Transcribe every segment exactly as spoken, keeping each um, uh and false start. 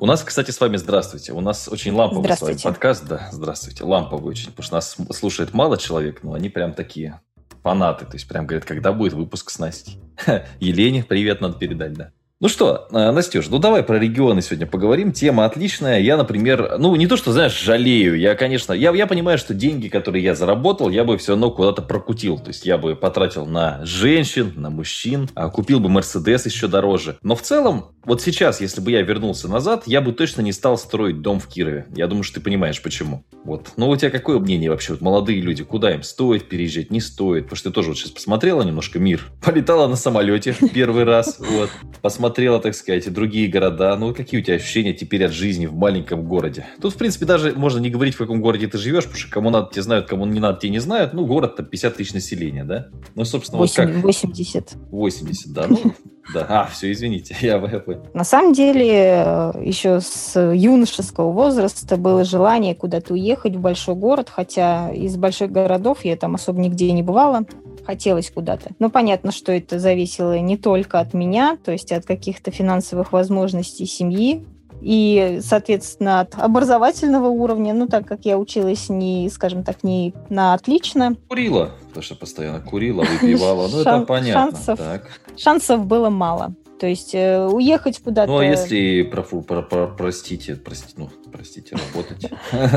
У нас, кстати, с вами здравствуйте. У нас очень ламповый с вами подкаст. Да, здравствуйте. Ламповый очень, потому что нас слушает мало человек, но они прям такие фанаты. То есть прям говорят, когда будет выпуск с Настей. Елене привет надо передать, да. Ну что, Настюш, ну давай про регионы сегодня поговорим. Тема отличная. Я, например, ну не то, что, знаешь, жалею. Я, конечно, я, я понимаю, что деньги, которые я заработал, я бы все равно куда-то прокутил. То есть я бы потратил на женщин, на мужчин, купил бы Мерседес еще дороже. Но в целом, вот сейчас, если бы я вернулся назад, я бы точно не стал строить дом в Кирове. Я думаю, что ты понимаешь, почему. Вот. Ну у тебя какое мнение вообще? Вот молодые люди, куда им стоит переезжать, не стоит? Потому что ты тоже вот сейчас посмотрела немножко мир. Полетала на самолете первый раз. Вот. Посмотрела Смотрела, так сказать, и другие города. Ну, какие у тебя ощущения теперь от жизни в маленьком городе? Тут, в принципе, даже можно не говорить, в каком городе ты живешь, потому что кому надо, те знают, кому не надо, те не знают. Ну, город-то пятьдесят тысяч населения, да? Ну, собственно, восемь, вот как... восемьдесят. восемьдесят, да. Ну, да. А, все, извините. Я понял. На самом деле, еще с юношеского возраста было желание куда-то уехать в большой город, хотя из больших городов я там особо нигде не бывала. Хотелось куда-то. Но понятно, что это зависело не только от меня, то есть от каких-то финансовых возможностей семьи и, соответственно, от образовательного уровня. Ну, так как я училась не, скажем так, не на отлично. Курила, потому что постоянно курила, выпивала. Ну, это понятно. Шансов, шансов было мало. То есть э, уехать куда-то... Ну, а если, про, про, про, простите, простите, ну, простите, работать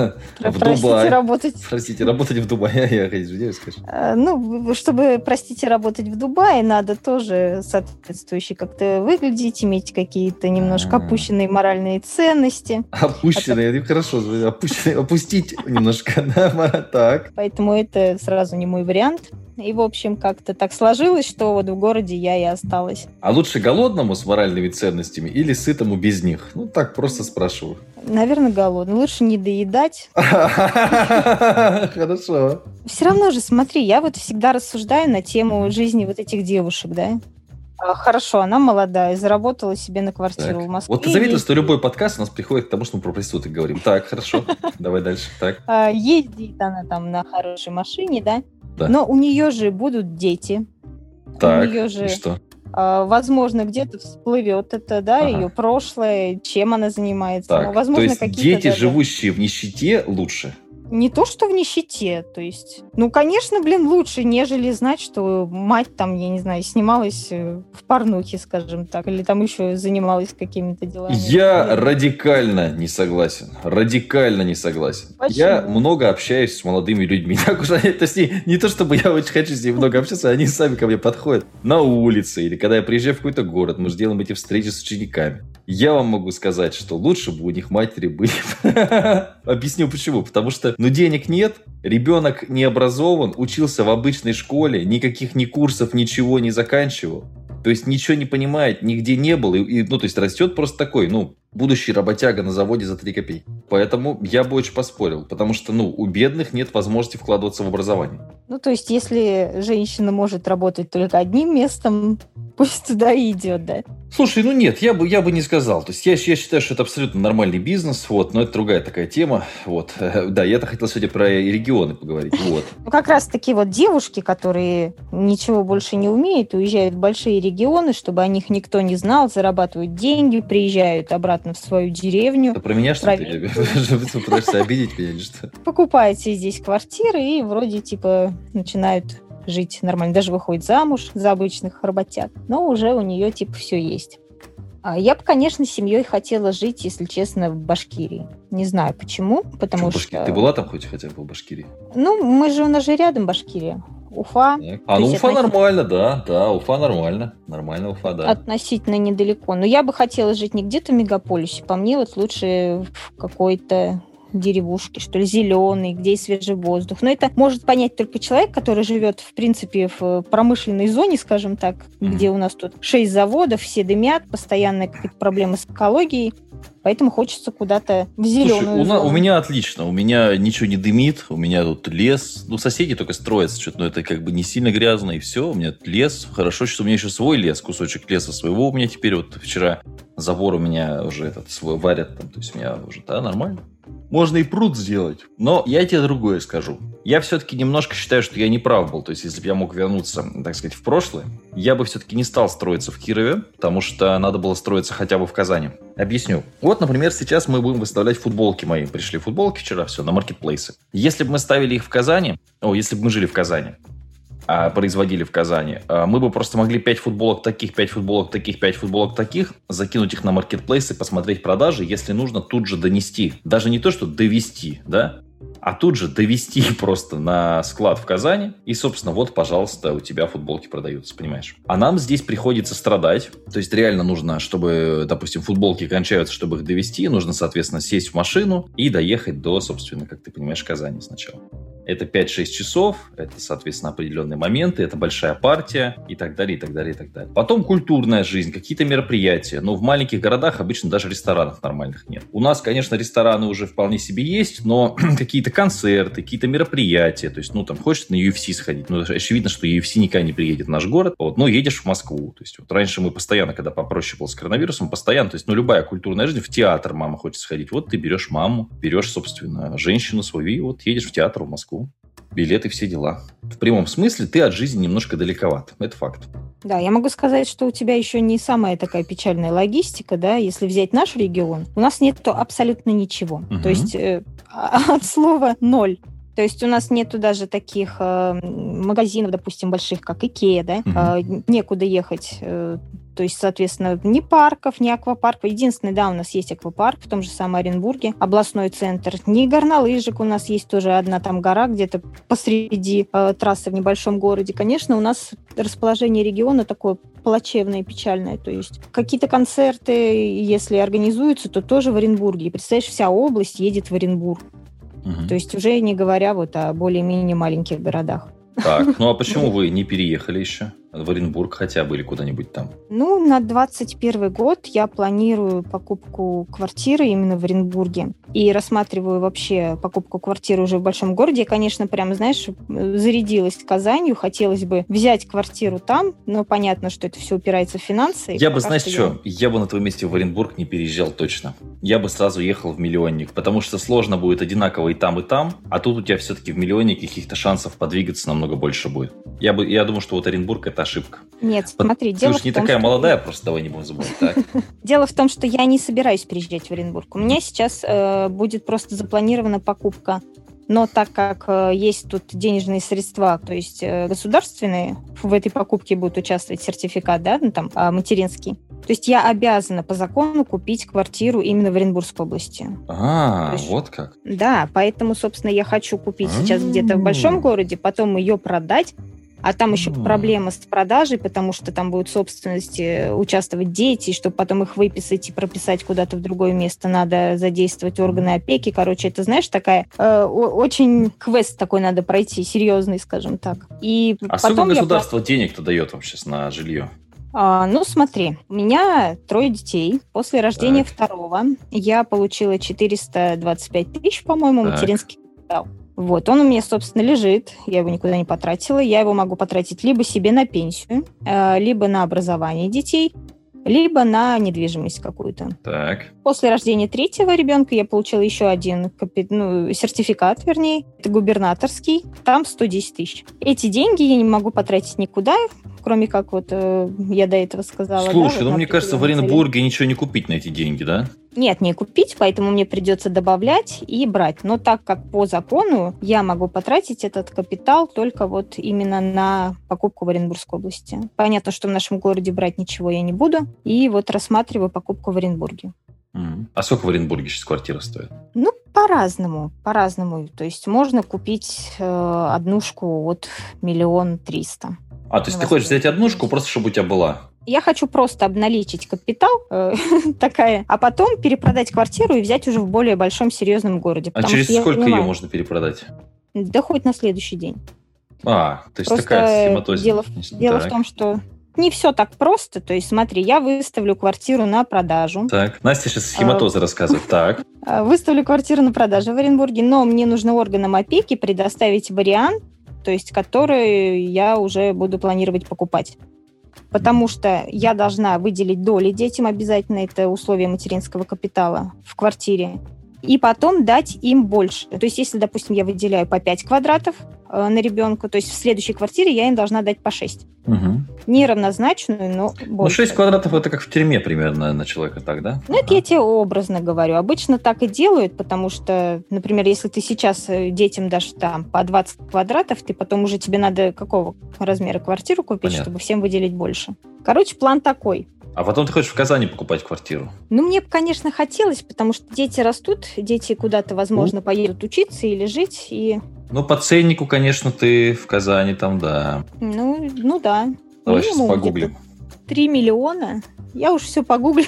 в Дубае. Работать. Простите, работать в Дубае, я извиняюсь, скажу. Ну, чтобы, простите, работать в Дубае, надо тоже соответствующе как-то выглядеть, иметь какие-то немножко опущенные моральные ценности. Опущенные, хорошо, опустить немножко, так. Поэтому это сразу не мой вариант. И, в общем, как-то так сложилось, что вот в городе я и осталась. А лучше голодному с моральными ценностями или сытому без них? Ну, так просто спрашиваю. Наверное, голодный. Лучше не доедать. Хорошо. Все равно же, смотри, я вот всегда рассуждаю на тему жизни вот этих девушек, да? Хорошо, она молодая, заработала себе на квартиру так. в Москве. Вот ты заметил, что любой подкаст у нас приходит к тому, что мы про проституток говорим. Так, хорошо, давай дальше. Так. Ездит она там на хорошей машине, да? Да. Но у нее же будут дети. Так, у нее же, и что? Возможно, где-то всплывет это, да, ага. ее прошлое, чем она занимается. Так, Но, возможно, то есть какие-то дети, даже... живущие в нищете, лучше? Не то, что в нищете, то есть... Ну, конечно, блин, лучше, нежели знать, что мать там, я не знаю, снималась в порнухе, скажем так, или там еще занималась какими-то делами. Я Блин. радикально не согласен. Радикально не согласен. Почему? Я много общаюсь с молодыми людьми. Так уж, то есть не, не то, чтобы я очень хочу с ними много общаться, они сами ко мне подходят на улице, или когда я приезжаю в какой-то город, мы же делаем эти встречи с учениками. Я вам могу сказать, что лучше бы у них матери были. Объясню почему. Потому что ну, денег нет, ребенок не образован, учился в обычной школе, никаких ни курсов, ничего не заканчивал. То есть ничего не понимает, нигде не был. И, и, ну, то есть растет просто такой, ну, будущий работяга на заводе за три копейки. Поэтому я бы очень поспорил. Потому что, ну, у бедных нет возможности вкладываться в образование. Ну, то есть, если женщина может работать только одним местом, пусть туда и идет, да? Слушай, ну нет, я бы, я бы не сказал. То есть я, я считаю, что это абсолютно нормальный бизнес, вот, но это другая такая тема. Вот. Да, я-то хотел сегодня про регионы поговорить. Вот. Ну, как раз таки вот девушки, которые ничего больше не умеют, уезжают в большие регионы, чтобы о них никто не знал, зарабатывают деньги, приезжают обратно в свою деревню. Это про меня, что ли? Ты пытаешься обидеть меня или что? Покупают себе здесь квартиры и вроде типа начинают жить нормально, даже выходит замуж за обычных работяг, но уже у нее типа все есть. А я бы, конечно, с семьей хотела жить, если честно, в Башкирии. Не знаю почему, потому Почему что... Ты была там хоть хотя бы в Башкирии? Ну, мы же, у нас же рядом Башкирия. Уфа. Так. А, ну Уфа относительно... нормально, да, да, Уфа нормально, нормально Уфа, да. Относительно недалеко. Но я бы хотела жить не где-то в мегаполисе, по мне вот лучше в какой-то деревушки, что ли, зеленый, где есть свежий воздух. Но это может понять только человек, который живет, в принципе, в промышленной зоне, скажем так, mm-hmm. где у нас тут шесть заводов, все дымят, постоянные какие-то проблемы с экологией. Поэтому хочется куда-то в зеленую Слушай, у, зону. у меня отлично. У меня ничего не дымит. У меня тут лес. Ну, соседи только строятся что-то, но это как бы не сильно грязно, и все. У меня лес. Хорошо, что у меня еще свой лес, кусочек леса своего у меня теперь. Вот вчера забор у меня уже этот свой варят. Там, то есть у меня уже, да, нормально. Можно и пруд сделать. Но я тебе другое скажу. Я все-таки немножко считаю, что я не прав был. То есть, если бы я мог вернуться, так сказать, в прошлое, я бы все-таки не стал строиться в Кирове, потому что надо было строиться хотя бы в Казани. Объясню. Вот, например, сейчас мы будем выставлять футболки мои. Пришли футболки вчера, все, на маркетплейсы. Если бы мы ставили их в Казани, о, если бы мы жили в Казани, а производили в Казани, мы бы просто могли пять футболок таких, пять футболок таких, пять футболок таких, закинуть их на маркетплейсы, посмотреть продажи, если нужно, тут же донести. Даже не то, что довести, да, а тут же довести просто на склад в Казани, и, собственно, вот, пожалуйста, у тебя футболки продаются, понимаешь? А нам здесь приходится страдать, то есть реально нужно, чтобы, допустим, футболки кончаются, чтобы их довести, нужно, соответственно, сесть в машину и доехать до, собственно, как ты понимаешь, Казани сначала. Это пять-шесть часов, это, соответственно, определенные моменты, это большая партия и так далее, и так далее, и так далее. Потом культурная жизнь, какие-то мероприятия. Но в маленьких городах обычно даже ресторанов нормальных нет. У нас, конечно, рестораны уже вполне себе есть, но какие-то концерты, какие-то мероприятия. То есть, ну, там, хочешь на ю эф си сходить. Ну, очевидно, что ю эф си никогда не приедет в наш город. Вот, но едешь в Москву. То есть, вот раньше мы постоянно, когда попроще было с коронавирусом, постоянно, то есть, ну, любая культурная жизнь, в театр мама хочет сходить. Вот ты берешь маму, берешь, собственно, женщину свою, и вот едешь в театр в Москву. Билеты, все дела. В прямом смысле ты от жизни немножко далековат. Это факт. Да, я могу сказать, что у тебя еще не самая такая печальная логистика, да, если взять наш регион, у нас нет абсолютно ничего. Угу. То есть э, от слова ноль. То есть у нас нету даже таких э, магазинов, допустим, больших, как Икея, да, угу. э, некуда ехать. Э, то есть, соответственно, ни парков, ни аквапарков. Единственный, да, у нас есть аквапарк в том же самом Оренбурге, областной центр. Ни горнолыжек, у нас есть тоже одна там гора где-то посреди э, трассы в небольшом городе. Конечно, у нас расположение региона такое плачевное, печальное. То есть какие-то концерты, если организуются, то тоже в Оренбурге. И представляешь, вся область едет в Оренбург. Угу. То есть уже не говоря вот о более-менее маленьких городах. Так, ну а почему вы не переехали еще в Оренбург хотя бы или куда-нибудь там? Ну, на двадцать первый год я планирую покупку квартиры именно в Оренбурге и рассматриваю вообще покупку квартиры уже в большом городе. Я, конечно, прям, знаешь, зарядилась Казанью, хотелось бы взять квартиру там, но понятно, что это все упирается в финансы. Я бы, знаешь что, я... я бы на твоем месте в Оренбург не переезжал точно. Я бы сразу ехал в миллионник, потому что сложно будет одинаково и там, и там, а тут у тебя все-таки в миллионнике каких-то шансов подвигаться намного больше будет. Я, бы, я думаю, что вот Оренбург — это ошибка. Нет, смотри, Ты дело уж не в том, такая что... молодая, просто давай не будем забывать, так? Дело в том, что я не собираюсь переезжать в Оренбург. У меня сейчас э, будет просто запланирована покупка. Но так как э, есть тут денежные средства, то есть э, государственные, в этой покупке будут участвовать сертификат, да, ну, там, э, материнский. То есть я обязана по закону купить квартиру именно в Оренбургской области. А, есть, вот как. Да, поэтому, собственно, я хочу купить сейчас где-то в большом городе, потом ее продать. А там еще mm. проблема с продажей, потому что там будут в собственности участвовать дети, и чтобы потом их выписать и прописать куда-то в другое место, надо задействовать органы опеки. Короче, это, знаешь, такая э, очень квест такой надо пройти, серьезный, скажем так. И а потом сколько государство я... денег-то дает вам сейчас на жилье? А, ну, смотри, у меня трое детей. После рождения так. второго я получила четыреста двадцать пять тысяч, по-моему, так. материнский капитал. Вот, он у меня, собственно, лежит, я его никуда не потратила. Я его могу потратить либо себе на пенсию, либо на образование детей, либо на недвижимость какую-то. Так. После рождения третьего ребенка я получила еще один капи... ну, сертификат, вернее, это губернаторский, там сто десять тысяч. Эти деньги я не могу потратить никуда, кроме как вот э, я до этого сказала. Слушай, да, ну вот, мне кажется, в Оренбурге ничего не купить на эти деньги, да? Нет, не купить, поэтому мне придется добавлять и брать. Но так как по закону я могу потратить этот капитал только вот именно на покупку в Оренбургской области. Понятно, что в нашем городе брать ничего я не буду. И вот рассматриваю покупку в Оренбурге. Mm. А сколько в Оренбурге сейчас квартира стоит? Ну, по-разному, по-разному. То есть можно купить э, однушку от миллион триста. А, то есть ты хочешь взять однушку просто, чтобы у тебя была? Я хочу просто обналичить капитал, э, такая, а потом перепродать квартиру и взять уже в более большом серьезном городе. А через сколько понимаю, ее можно перепродать? Да хоть на следующий день. А, то есть просто такая схематозина. Дело, дело в том, что не все так просто. То есть смотри, я выставлю квартиру на продажу. Так, Настя сейчас схематозы а, рассказывает. Так. Выставлю квартиру на продажу в Оренбурге, но мне нужно органам опеки предоставить вариант, то есть который я уже буду планировать покупать. Потому что я должна выделить доли детям обязательно, это условие материнского капитала в квартире. и потом дать им больше. То есть, если, допустим, я выделяю по пять квадратов э, на ребенка, то есть в следующей квартире я им должна дать по шесть. Угу. Неравнозначную, но больше. Ну, шесть квадратов – это как в тюрьме примерно на человека, так, да? Ну, это ага. я тебе образно говорю. Обычно так и делают, потому что, например, если ты сейчас детям дашь там по двадцать квадратов, ты потом уже тебе надо какого размера квартиру купить, Понятно. Чтобы всем выделить больше. Короче, план такой. А потом ты хочешь в Казани покупать квартиру? Ну, мне бы, конечно, хотелось, потому что дети растут, дети куда-то, возможно, поедут учиться или жить, и... Ну, по ценнику, конечно, ты в Казани там, да. Ну, ну да. Давай сейчас погуглим. три миллиона. Я уж все погуглила.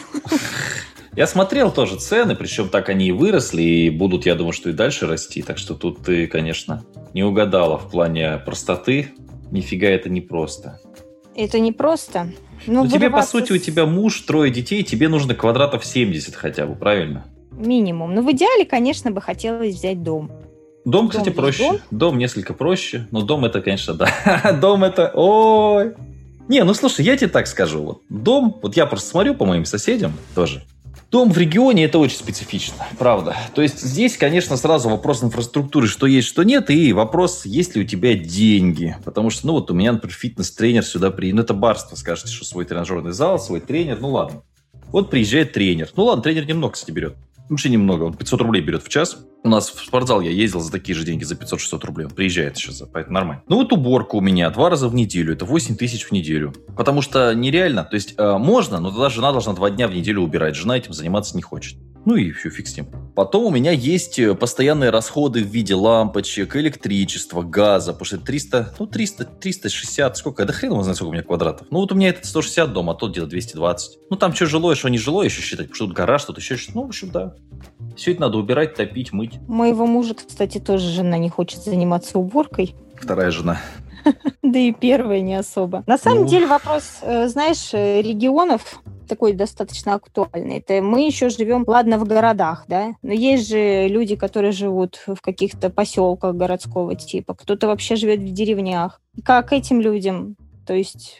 Я смотрел тоже цены, причем так они и выросли, и будут, я думаю, что и дальше расти. Так что тут ты, конечно, не угадала в плане простоты. Нифига это не просто. Это не просто. Ну, тебе, по сути, у тебя муж, трое детей, тебе нужно квадратов семьдесят хотя бы, правильно? Минимум. Ну, в идеале, конечно, бы хотелось взять дом. Дом, кстати, дом проще. Дом? дом несколько проще, но дом это, конечно, да. Дом это... Ой! Не, ну слушай, я тебе так скажу. Вот дом, вот я просто смотрю по моим соседям тоже. Дом в регионе это очень специфично, правда. То есть здесь, конечно, сразу вопрос инфраструктуры, что есть, что нет, и вопрос, есть ли у тебя деньги. Потому что, ну вот у меня, например, фитнес-тренер сюда приедет. Ну это барство, скажете, что свой тренажерный зал, свой тренер, ну ладно. Вот приезжает тренер. Ну ладно, тренер немного, кстати, берет. Вообще немного, он пятьсот рублей берет в час. У нас в спортзал я ездил за такие же деньги, за пятьсот-шестьсот рублей. Он приезжает сейчас, поэтому нормально. Ну вот уборка у меня два раза в неделю, это восемь тысяч в неделю. Потому что нереально, то есть э, можно, но тогда жена должна два дня в неделю убирать. Жена этим заниматься не хочет. Ну и все, фиг с ним. Потом у меня есть постоянные расходы в виде лампочек, электричества, газа, потому что триста, ну триста, триста шестьдесят, сколько, да хрен его знает, сколько у меня квадратов. Ну вот у меня это сто шестьдесят дом, а тот где-то двести двадцать. Ну там что жилое, что не жилое еще считать, потому что тут гараж, тут еще что-то. Ну, в общем, да. Все это надо убирать, топить, мыть. У моего мужа, кстати, тоже жена не хочет заниматься уборкой. Вторая жена. Да и первая не особо. На самом деле вопрос, знаешь, регионов такой достаточно актуальный. Это мы еще живем, ладно, в городах, да, но есть же люди, которые живут в каких-то поселках городского типа, кто-то вообще живет в деревнях. Как этим людям, то есть...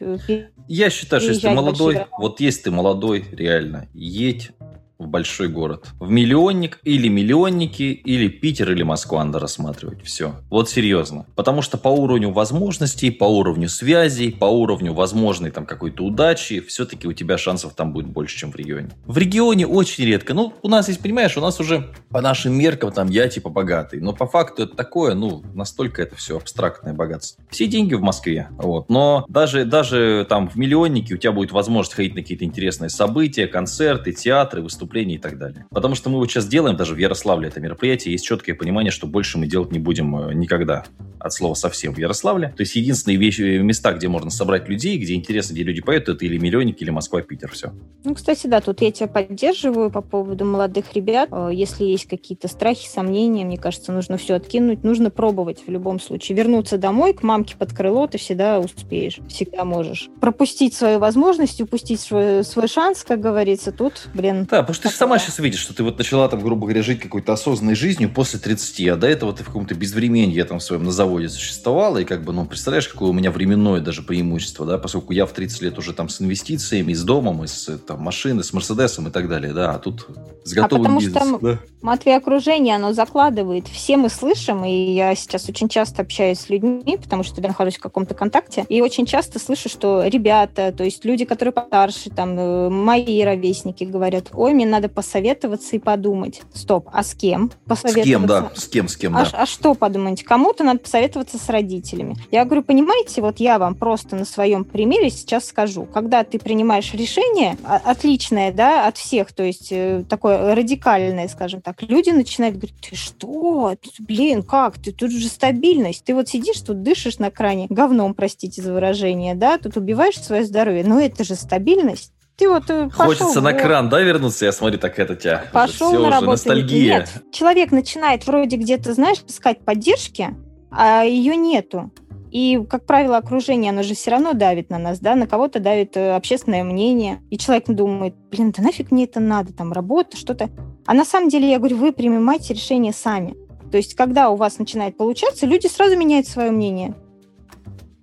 Я считаю, что если ты молодой, вот если ты молодой, реально, едь в большой город. В миллионник или миллионники, или Питер, или Москва надо рассматривать. Все. Вот серьезно. Потому что по уровню возможностей, по уровню связей, по уровню возможной там какой-то удачи, все-таки у тебя шансов там будет больше, чем в регионе. В регионе очень редко. Ну, у нас есть, понимаешь, у нас уже по нашим меркам там я типа богатый. Но по факту это такое, ну, настолько это все абстрактное богатство. Все деньги в Москве. Вот. Но даже, даже там в миллионнике у тебя будет возможность ходить на какие-то интересные события, концерты, театры, выступления и так далее. Потому что мы вот сейчас делаем, даже в Ярославле это мероприятие, есть четкое понимание, что больше мы делать не будем никогда. От слова совсем в Ярославле. То есть единственные вещи, места, где можно собрать людей, где интересно, где люди поют, это или миллионники, или Москва, Питер. Все. Ну, кстати, да, тут я тебя поддерживаю по поводу молодых ребят. Если есть какие-то страхи, сомнения, мне кажется, нужно все откинуть, нужно пробовать в любом случае. Вернуться домой, к мамке под крыло ты всегда успеешь, всегда можешь. Пропустить свою возможность, упустить свой, свой шанс, как говорится, тут, блин... Да, потому что ты сама сейчас видишь, что ты вот начала там, грубо говоря, жить какой-то осознанной жизнью после тридцати, а до этого ты в каком-то безвременье там в своем на заводе существовала, и как бы, ну, представляешь, какое у меня временное даже преимущество, да, поскольку я в тридцать лет уже там с инвестициями, с домом, и с там, машиной, с Мерседесом и так далее, да, а тут с готовым а потому бизнесом. Что, да. Матвей, окружение, оно закладывает. Все мы слышим, и я сейчас очень часто общаюсь с людьми, потому что я нахожусь в каком-то контакте, и очень часто слышу, что ребята, то есть люди, которые постарше, там, мои ровесники говорят, ой, мне надо посоветоваться и подумать. Стоп, а с кем посоветоваться? С кем, да, с кем, с кем, а, да. А что подумать? Кому-то надо посоветоваться с родителями. Я говорю, понимаете, вот я вам просто на своем примере сейчас скажу. Когда ты принимаешь решение, отличное, да, от всех, то есть такое радикальное, скажем так, люди начинают говорить, ты что? Блин, как? Ты тут же стабильность. Ты вот сидишь, тут дышишь на кране говном, простите за выражение, да, тут убиваешь свое здоровье, но это же стабильность. Ты вот Хочется пошел, на кран, да, вернуться? Я смотрю, так это тебя. Пошел все на уже, работу. ностальгия. Нет, человек начинает вроде где-то, знаешь, искать поддержки, а ее нету. И, как правило, окружение, оно же все равно давит на нас, да, на кого-то давит общественное мнение. И человек думает, блин, да нафиг мне это надо, там, работа, что-то. А на самом деле, я говорю, вы принимаете решение сами. То есть, когда у вас начинает получаться, люди сразу меняют свое мнение.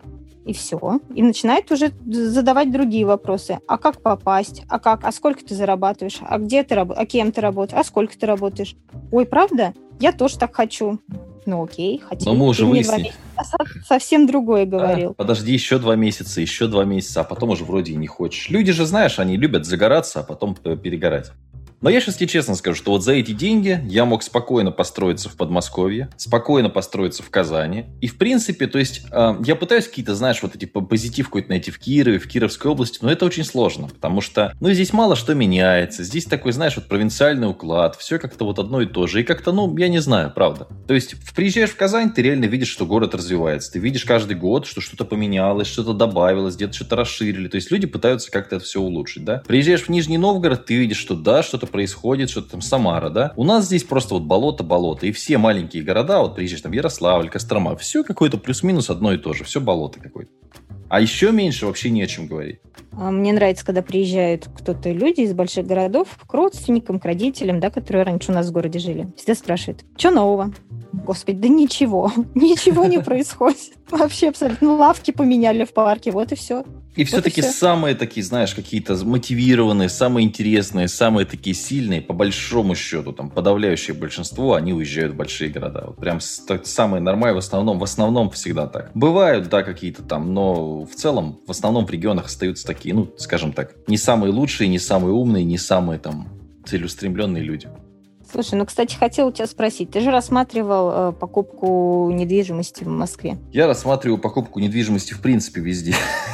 И все. И начинает уже задавать другие вопросы. А как попасть? А как? А сколько ты зарабатываешь? А где ты работаешь? А кем ты работаешь? А сколько ты работаешь? Ой, правда? Я тоже так хочу. Ну окей, хотел. Но мы уже выяснили. А совсем другое говорил. А, подожди еще два месяца, еще два месяца, а потом уже вроде и не хочешь. Люди же, знаешь, они любят загораться, а потом перегорать. Но я сейчас тебе честно скажу, что вот за эти деньги я мог спокойно построиться в Подмосковье, спокойно построиться в Казани. И в принципе, то есть, э, я пытаюсь какие-то, знаешь, вот эти позитив какой-то найти в Кирове, в Кировской области, но это очень сложно, потому что, ну, здесь мало что меняется. Здесь такой, знаешь, вот провинциальный уклад, все как-то вот одно и то же. И как-то, ну, я не знаю, правда. То есть, приезжаешь в Казань, ты реально видишь, что город развивается. Ты видишь каждый год, что что-то поменялось, что-то добавилось, где-то что-то расширили. То есть, люди пытаются как-то это все улучшить, да. Приезжаешь в Нижний Новгород, ты видишь, что да, что-то происходит, что-то там Самара, да. У нас здесь просто вот болото-болото, и все маленькие города, вот приезжаешь там Ярославль, Кострома, все какое-то плюс-минус одно и то же, все болото какое-то. А еще меньше вообще не о чем говорить. Мне нравится, когда приезжают кто-то, люди из больших городов к родственникам, к родителям, да, которые раньше у нас в городе жили. Всегда спрашивают, что нового? Господи, да ничего, ничего не происходит. Вообще абсолютно. Лавки поменяли в парке, вот и все. И все-таки самые такие, знаешь, какие-то мотивированные, самые интересные, самые такие сильные, по большому счету, там, подавляющее большинство, они уезжают в большие города. Вот прям самые нормальные, в основном, в основном всегда так. Бывают, да, какие-то там, но в целом, в основном в регионах остаются такие, ну, скажем так, не самые лучшие, не самые умные, не самые там целеустремленные люди. Слушай, ну, кстати, хотела у тебя спросить. Ты же рассматривал э, покупку недвижимости в Москве? Я рассматриваю покупку недвижимости в принципе везде.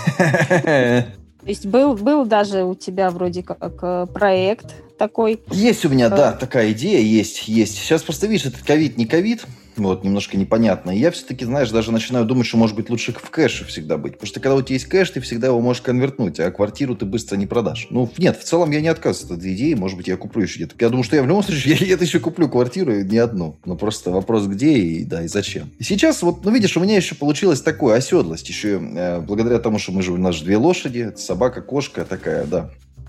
То есть был, был даже у тебя вроде как проект такой? Есть у меня, да, такая идея есть, есть. Сейчас просто, видишь, этот ковид не ковид, вот, немножко непонятно. И я все-таки, знаешь, даже начинаю думать, что, может быть, лучше в кэше всегда быть. Потому что, когда у тебя есть кэш, ты всегда его можешь конвертнуть, а квартиру ты быстро не продашь. Ну, нет, в целом я не отказываюсь от этой идеи. Может быть, я куплю еще где-то. Я думаю, что я в любом случае, я, я еще куплю квартиру, не одну. Но просто вопрос где и, да, и зачем. И сейчас, вот, ну, видишь, у меня еще получилась такая оседлость. Еще э, благодаря тому, что мы же, у нас же две лошади, собака, кошка такая, да.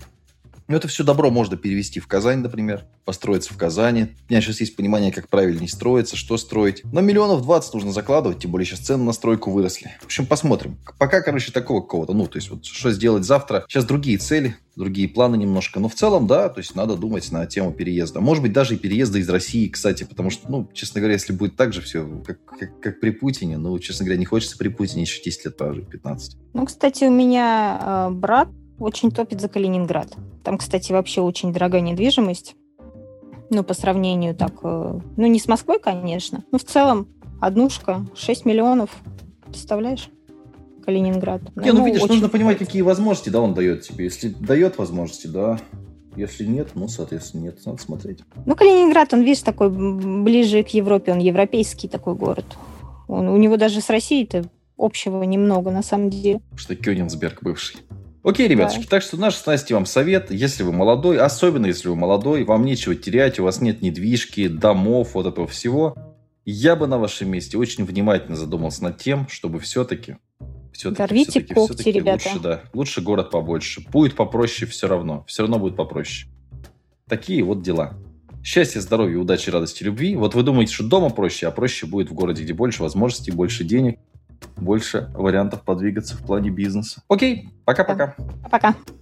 Ну, это все добро можно перевести в Казань, например, построиться в Казани. У меня сейчас есть понимание, как правильнее строиться, что строить. Но миллионов двадцать нужно закладывать, тем более сейчас цены на стройку выросли. В общем, посмотрим. Пока, короче, такого какого-то, ну, то есть вот что сделать завтра. Сейчас другие цели, другие планы немножко. Но в целом, да, то есть надо думать на тему переезда. Может быть, даже и переезда из России, кстати, потому что, ну, честно говоря, если будет так же все, как, как, как при Путине, ну, честно говоря, не хочется при Путине еще десять лет прожить, пятнадцать. Ну, кстати, у меня э, брат очень топит за Калининград. Там, кстати, вообще очень дорогая недвижимость. Ну, по сравнению так... Э, ну, не с Москвой, конечно. Но в целом однушка шесть миллионов. Представляешь? Калининград. Не, ну, ну видишь, нужно понимать, какие возможности, да, он дает тебе. Если дает возможности, да. Если нет, ну, соответственно, нет. Надо смотреть. Ну, Калининград, он, видишь, такой ближе к Европе. Он европейский такой город. Он, у него даже с Россией-то общего немного, на самом деле. Что Кёнигсберг бывший. Окей, ребятушки, да. Так что наш с Настей вам совет, если вы молодой, особенно если вы молодой, вам нечего терять, у вас нет недвижки, домов, вот этого всего, я бы на вашем месте очень внимательно задумался над тем, чтобы все-таки, все-таки, Горвите все-таки, когти, все-таки ребята. лучше, да, лучше город побольше, будет попроще все равно, все равно будет попроще. Такие вот дела. Счастья, здоровья, удачи, радости, любви. Вот вы думаете, что дома проще, а проще будет в городе, где больше возможностей, больше денег. Больше вариантов подвигаться в плане бизнеса. Окей, пока-пока. Пока.